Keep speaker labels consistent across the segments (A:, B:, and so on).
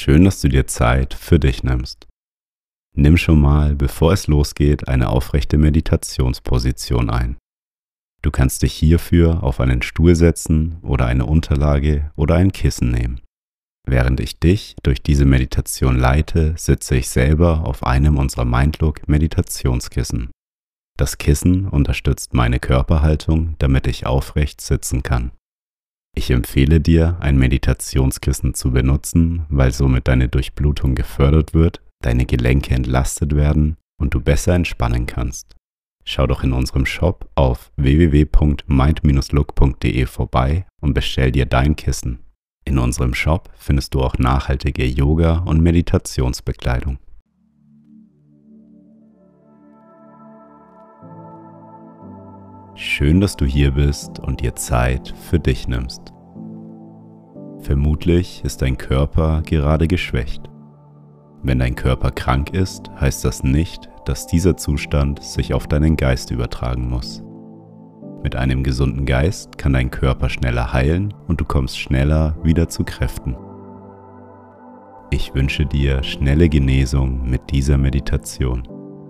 A: Schön, dass du dir Zeit für dich nimmst. Nimm schon mal, bevor es losgeht, eine aufrechte Meditationsposition ein. Du kannst dich hierfür auf einen Stuhl setzen oder eine Unterlage oder ein Kissen nehmen. Während ich dich durch diese Meditation leite, sitze ich selber auf einem unserer Mindlook Meditationskissen. Das Kissen unterstützt meine Körperhaltung, damit ich aufrecht sitzen kann. Ich empfehle dir, ein Meditationskissen zu benutzen, weil somit deine Durchblutung gefördert wird, deine Gelenke entlastet werden und du besser entspannen kannst. Schau doch in unserem Shop auf www.mind-look.de vorbei und bestell dir dein Kissen. In unserem Shop findest du auch nachhaltige Yoga- und Meditationsbekleidung. Schön, dass du hier bist und dir Zeit für dich nimmst. Vermutlich ist dein Körper gerade geschwächt. Wenn dein Körper krank ist, heißt das nicht, dass dieser Zustand sich auf deinen Geist übertragen muss. Mit einem gesunden Geist kann dein Körper schneller heilen und du kommst schneller wieder zu Kräften. Ich wünsche dir schnelle Genesung mit dieser Meditation.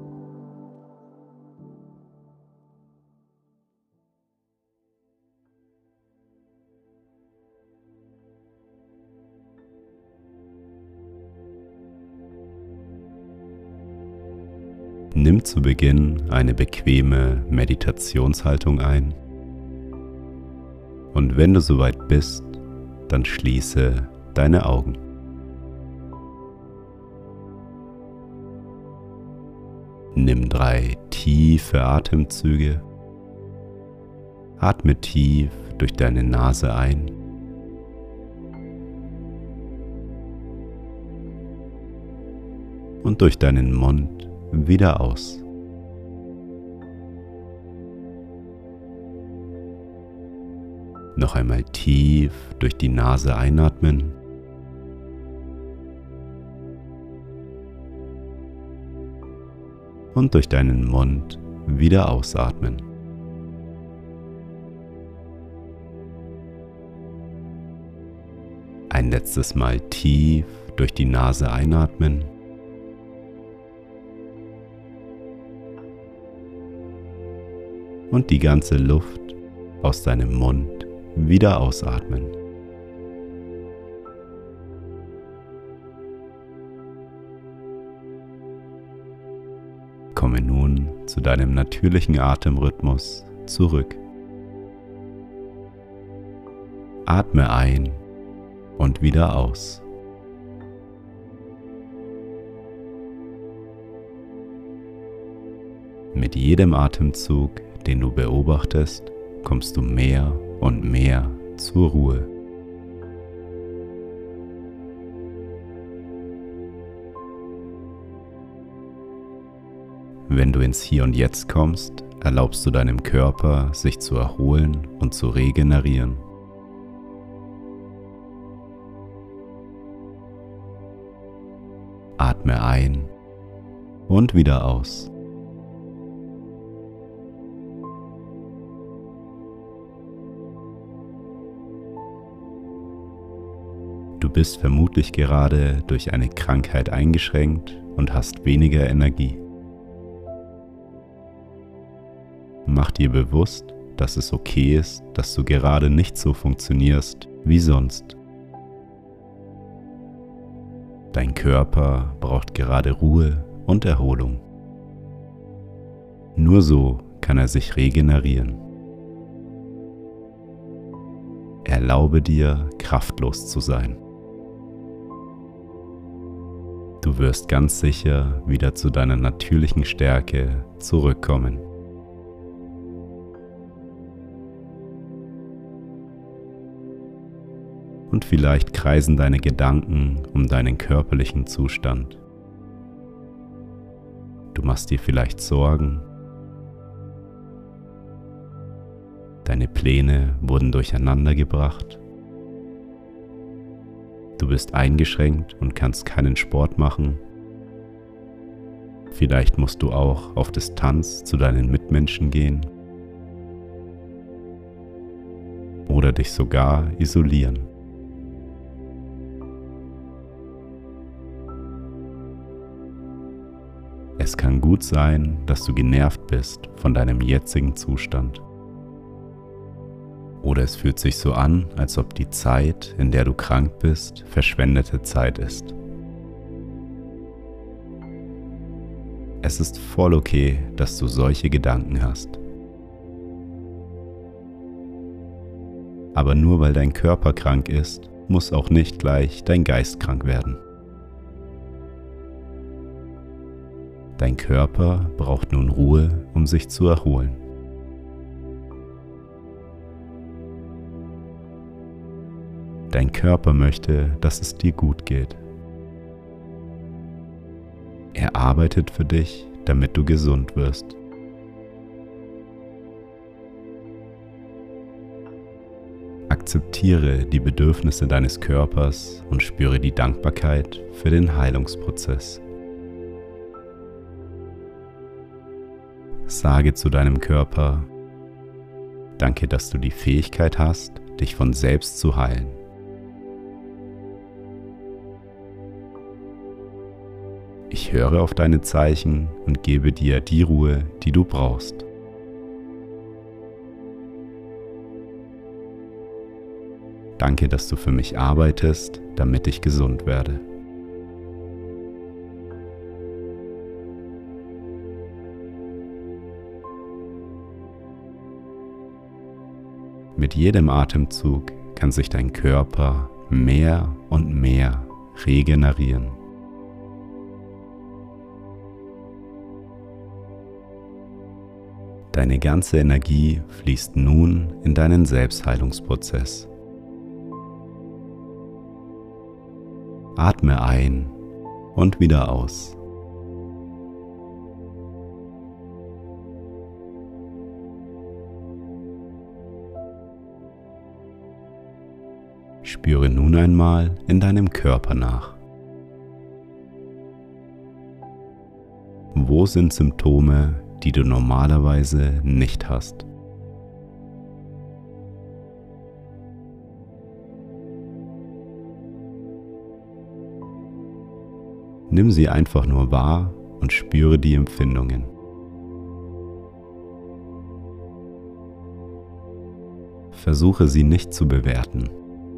A: Nimm zu Beginn eine bequeme Meditationshaltung ein und wenn du soweit bist, dann schließe deine Augen. Nimm 3 tiefe Atemzüge, atme tief durch deine Nase ein und durch deinen Mund wieder aus. Noch einmal tief durch die Nase einatmen und durch deinen Mund wieder ausatmen. Ein letztes Mal tief durch die Nase einatmen und die ganze Luft aus deinem Mund wieder ausatmen. Komme nun zu deinem natürlichen Atemrhythmus zurück. Atme ein und wieder aus. Mit jedem Atemzug, den du beobachtest, kommst du mehr und mehr zur Ruhe. Wenn du ins Hier und Jetzt kommst, erlaubst du deinem Körper, sich zu erholen und zu regenerieren. Atme ein und wieder aus. Du bist vermutlich gerade durch eine Krankheit eingeschränkt und hast weniger Energie. Mach dir bewusst, dass es okay ist, dass du gerade nicht so funktionierst wie sonst. Dein Körper braucht gerade Ruhe und Erholung. Nur so kann er sich regenerieren. Erlaube dir, kraftlos zu sein. Du wirst ganz sicher wieder zu deiner natürlichen Stärke zurückkommen. Und vielleicht kreisen deine Gedanken um deinen körperlichen Zustand. Du machst dir vielleicht Sorgen. Deine Pläne wurden durcheinandergebracht. Du bist eingeschränkt und kannst keinen Sport machen. Vielleicht musst du auch auf Distanz zu deinen Mitmenschen gehen oder dich sogar isolieren. Es kann gut sein, dass du genervt bist von deinem jetzigen Zustand. Oder es fühlt sich so an, als ob die Zeit, in der du krank bist, verschwendete Zeit ist. Es ist voll okay, dass du solche Gedanken hast. Aber nur weil dein Körper krank ist, muss auch nicht gleich dein Geist krank werden. Dein Körper braucht nun Ruhe, um sich zu erholen. Dein Körper möchte, dass es dir gut geht. Er arbeitet für dich, damit du gesund wirst. Akzeptiere die Bedürfnisse deines Körpers und spüre die Dankbarkeit für den Heilungsprozess. Sage zu deinem Körper: Danke, dass du die Fähigkeit hast, dich von selbst zu heilen. Ich höre auf deine Zeichen und gebe dir die Ruhe, die du brauchst. Danke, dass du für mich arbeitest, damit ich gesund werde. Mit jedem Atemzug kann sich dein Körper mehr und mehr regenerieren. Deine ganze Energie fließt nun in deinen Selbstheilungsprozess. Atme ein und wieder aus. Spüre nun einmal in deinem Körper nach. Wo sind Symptome, die du normalerweise nicht hast? Nimm sie einfach nur wahr und spüre die Empfindungen. Versuche sie nicht zu bewerten.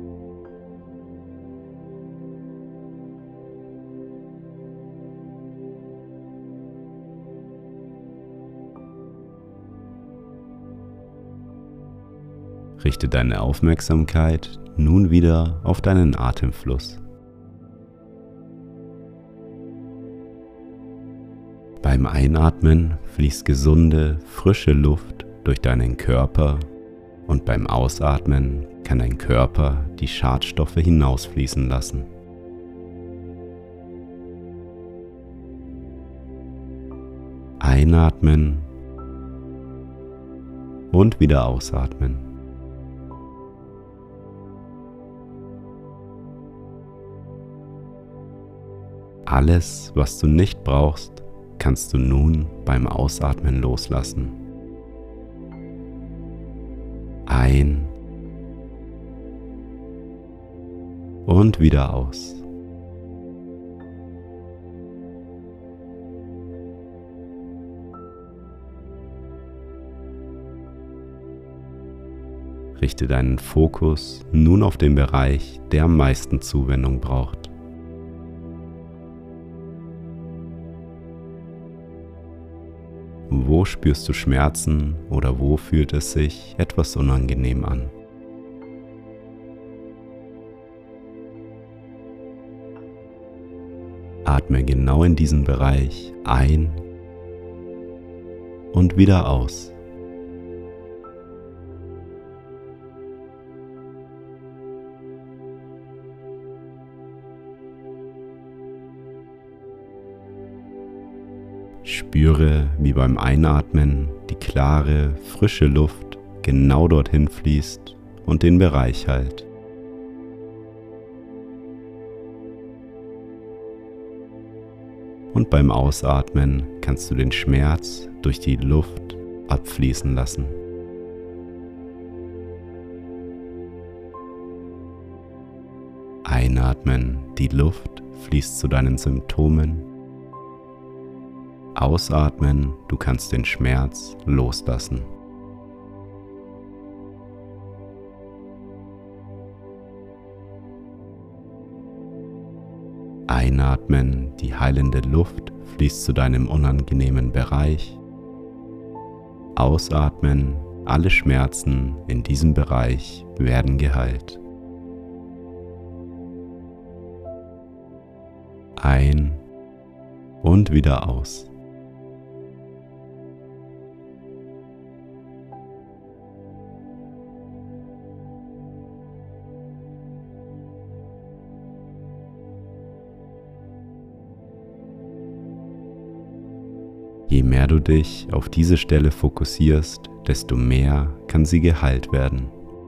A: Richte deine Aufmerksamkeit nun wieder auf deinen Atemfluss. Beim Einatmen fließt gesunde, frische Luft durch deinen Körper und beim Ausatmen kann dein Körper die Schadstoffe hinausfließen lassen. Einatmen und wieder ausatmen. Alles, was du nicht brauchst, kannst du nun beim Ausatmen loslassen. Ein und wieder aus. Richte deinen Fokus nun auf den Bereich, der am meisten Zuwendung braucht. Wo spürst du Schmerzen oder wo fühlt es sich etwas unangenehm an? Atme genau in diesen Bereich ein und wieder aus. Spüre, wie beim Einatmen die klare, frische Luft genau dorthin fließt und den Bereich heilt. Und beim Ausatmen kannst du den Schmerz durch die Luft abfließen lassen. Einatmen, die Luft fließt zu deinen Symptomen. Ausatmen, du kannst den Schmerz loslassen. Einatmen, die heilende Luft fließt zu deinem unangenehmen Bereich. Ausatmen, alle Schmerzen in diesem Bereich werden geheilt. Ein und wieder aus. Je mehr du dich auf diese Stelle fokussierst, desto mehr kann sie geheilt werden.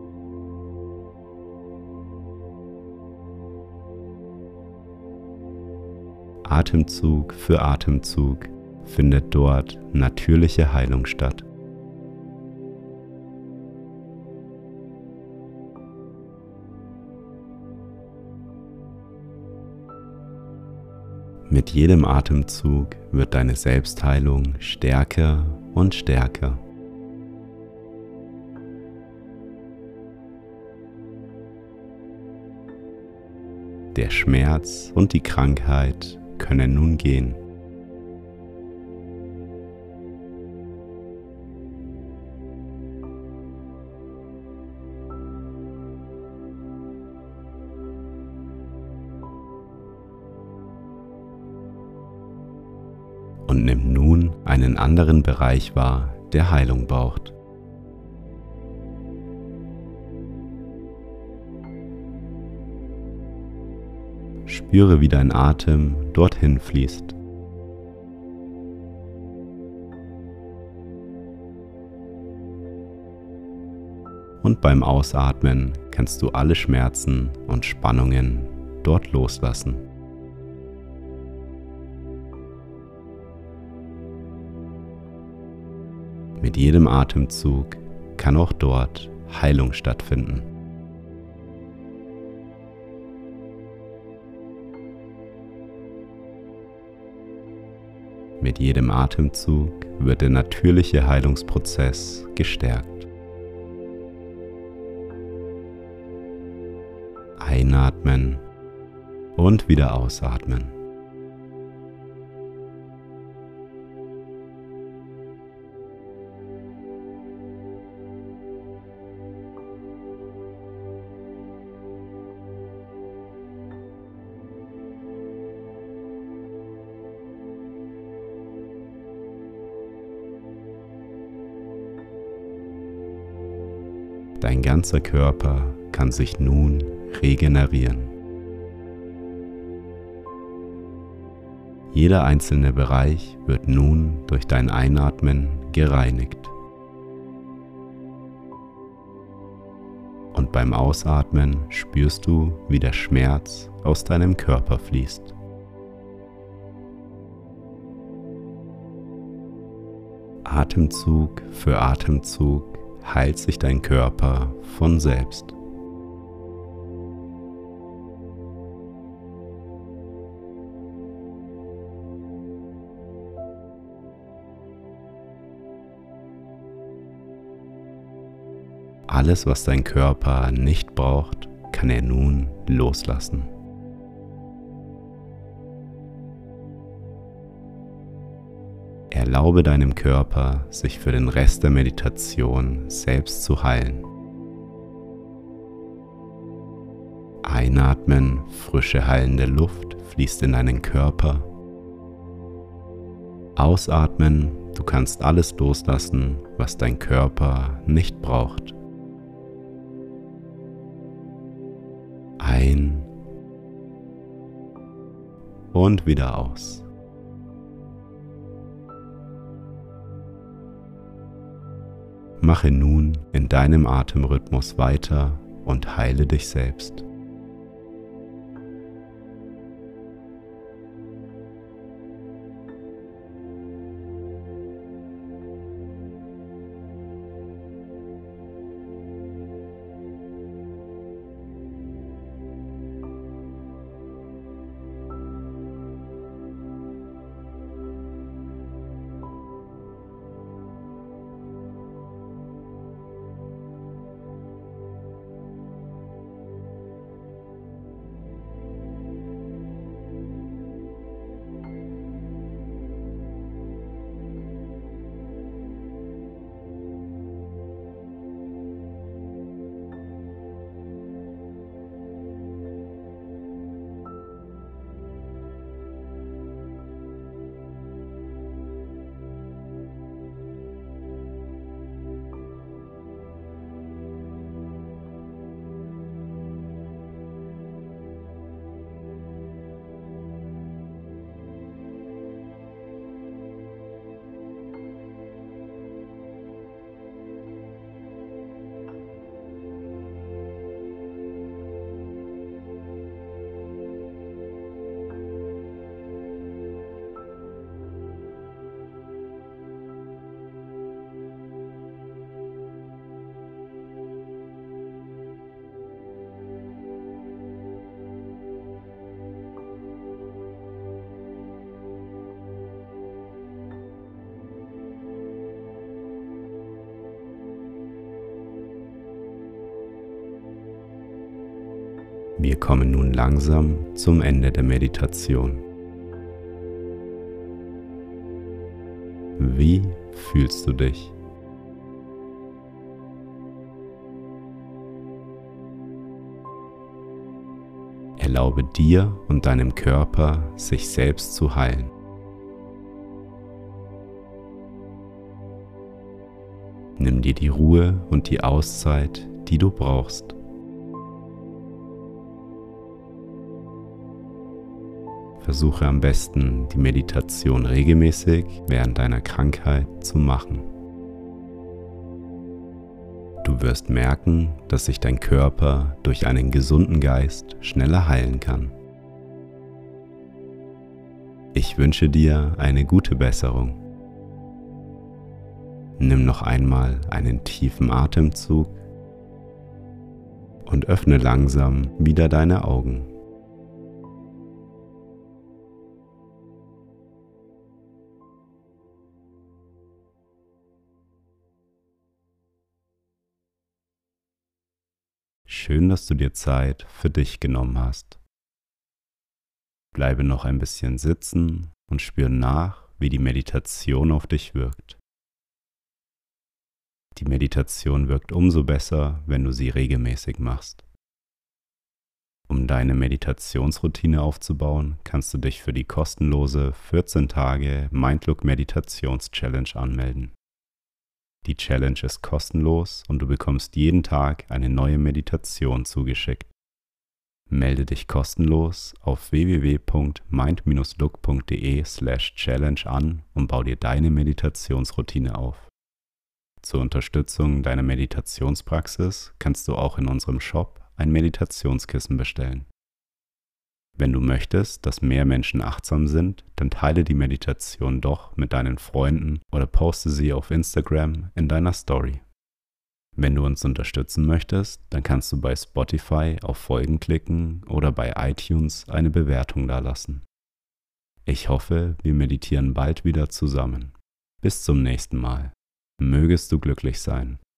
A: Atemzug für Atemzug findet dort natürliche Heilung statt. Mit jedem Atemzug wird deine Selbstheilung stärker und stärker. Der Schmerz und die Krankheit können nun gehen. Und nimm nun einen anderen Bereich wahr, der Heilung braucht. Spüre, wie dein Atem dorthin fließt. Und beim Ausatmen kannst du alle Schmerzen und Spannungen dort loslassen. Mit jedem Atemzug kann auch dort Heilung stattfinden. Mit jedem Atemzug wird der natürliche Heilungsprozess gestärkt. Einatmen und wieder ausatmen. Dein ganzer Körper kann sich nun regenerieren. Jeder einzelne Bereich wird nun durch dein Einatmen gereinigt. Und beim Ausatmen spürst du, wie der Schmerz aus deinem Körper fließt. Atemzug für Atemzug heilt sich dein Körper von selbst. Alles, was dein Körper nicht braucht, kann er nun loslassen. Erlaube deinem Körper, sich für den Rest der Meditation selbst zu heilen. Einatmen, frische heilende Luft fließt in deinen Körper. Ausatmen, du kannst alles loslassen, was dein Körper nicht braucht. Ein und wieder aus. Mache nun in deinem Atemrhythmus weiter und heile dich selbst. Wir kommen nun langsam zum Ende der Meditation. Wie fühlst du dich? Erlaube dir und deinem Körper, sich selbst zu heilen. Nimm dir die Ruhe und die Auszeit, die du brauchst. Versuche am besten, die Meditation regelmäßig während deiner Krankheit zu machen. Du wirst merken, dass sich dein Körper durch einen gesunden Geist schneller heilen kann. Ich wünsche dir eine gute Besserung. Nimm noch einmal einen tiefen Atemzug und öffne langsam wieder deine Augen. Schön, dass du dir Zeit für dich genommen hast. Bleibe noch ein bisschen sitzen und spüre nach, wie die Meditation auf dich wirkt. Die Meditation wirkt umso besser, wenn du sie regelmäßig machst. Um deine Meditationsroutine aufzubauen, kannst du dich für die kostenlose 14 Tage Mindlook Meditations Challenge anmelden. Die Challenge ist kostenlos und du bekommst jeden Tag eine neue Meditation zugeschickt. Melde dich kostenlos auf www.mind-look.de/challenge an und bau dir deine Meditationsroutine auf. Zur Unterstützung deiner Meditationspraxis kannst du auch in unserem Shop ein Meditationskissen bestellen. Wenn du möchtest, dass mehr Menschen achtsam sind, dann teile die Meditation doch mit deinen Freunden oder poste sie auf Instagram in deiner Story. Wenn du uns unterstützen möchtest, dann kannst du bei Spotify auf Folgen klicken oder bei iTunes eine Bewertung dalassen. Ich hoffe, wir meditieren bald wieder zusammen. Bis zum nächsten Mal. Mögest du glücklich sein.